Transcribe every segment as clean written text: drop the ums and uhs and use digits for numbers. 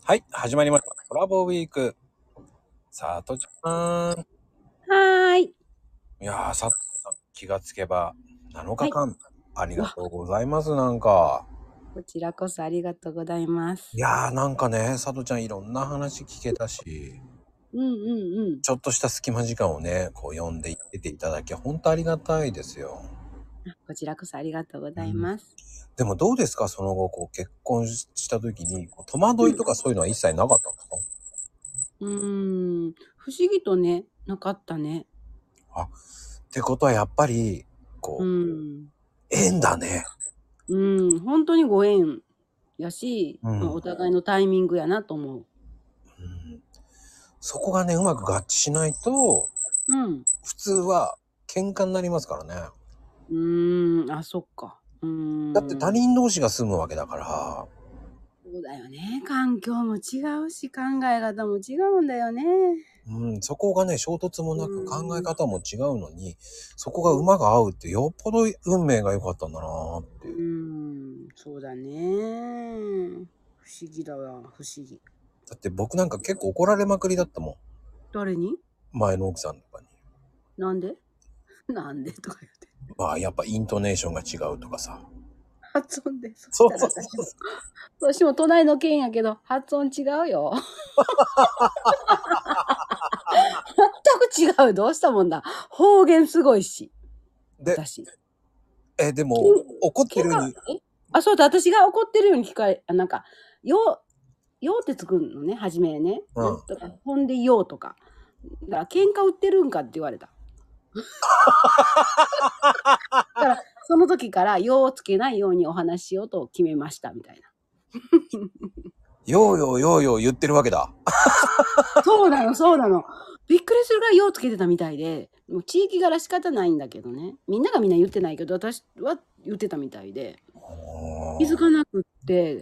はい、始まりました。コラボウィーク。さとちゃん。 はーい。 いやー、さとちゃん、気がつけば7 はい。 日間、ありがわ、 とうございます、なんか。 こちらこそありがとうございます。 いやー、なんかね、さとちゃんいろんな話聞けたし、 うんうんうん。 ちょっとした隙間時間をね、こう読んでいってていただき、ほんとありがたいですよ。 こちらこそありがとうごうん。 ざいます。 でもどうですか、その後、こう結婚した時に、戸惑いうん。 とかそういうのは一切なかったんですか？ 不思議とね、なかったね。 あ、ってことはやっぱり、 うこう、 ん。 縁だね。 本当にご縁やし、まあ、 うん。 お互いのタイミングやなと思う。 うん、そこがね、うまく合致しないと、 うん。 普通は喧嘩になりますからね。 あ、そっか。 だって他人同士が住むわけだから、 そうだよね。環境も違うし、考え方も違うんだよね。 うん、そこがね、衝突もうなく考えん。 方も違うのに、そこが馬が合うってよっぽど運命が良かったんだなーっていう。 そうだね。不思議だわ、不思議。 だって僕なんか結構怒られまくりだったも誰に？ ん。前の奥さんとかに。 なんで？なんでとか言って。 まあやっぱイントネーションが違うとかさ。 発音で、そしそうたらそうそうそ私も隣の県やけど、発音違うよ。全く違う。どうしたもんだ。方言すごいし、 う。で、 私。 でも、怒ってるに、 そうだ、私が怒ってるように聞かれ、なんか、ようってつくのね、初めね。 うん。 なんとか、ほんでようとか。だから喧嘩売ってるんかって言われた。だから、その時からようをつけないようにお話ししようと決めましたみたいな。 ようようようよう言ってるわけだ。 そうなの、そうなの。びっくりするぐらいようつけてたみたいで、もう地域柄仕方ないんだけどね。みんながみんな言ってないけど、私は言ってたみたいで、気づかなくって、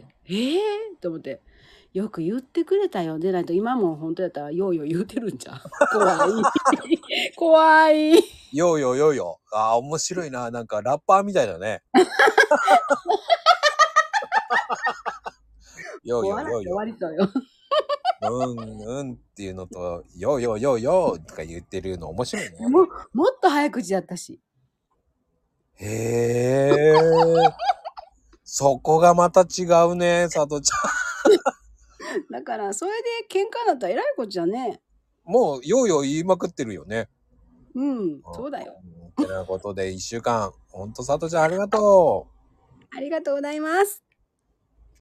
と思って、よく言ってくれたよ。でないと今も本当やったらようよう言うてるんじゃん。怖い。怖い。 ようよようよ。ああ、面白いな。なんかラッパーみたいだね。ようよ笑って終ようよ。 わりそうよ。 っていうのと、ようよようよとか言ってるの面白いね。 もっと早口だったし。 へえ。そこがまた違うね、さとちゃだから、それで喧嘩になったらえらいこっちゃね。 ん。もう、ようよう言いまくってるよね。 そうだよ。 てなことで、1週間、ほんとさとちゃんありがとう。 ありがとうございます。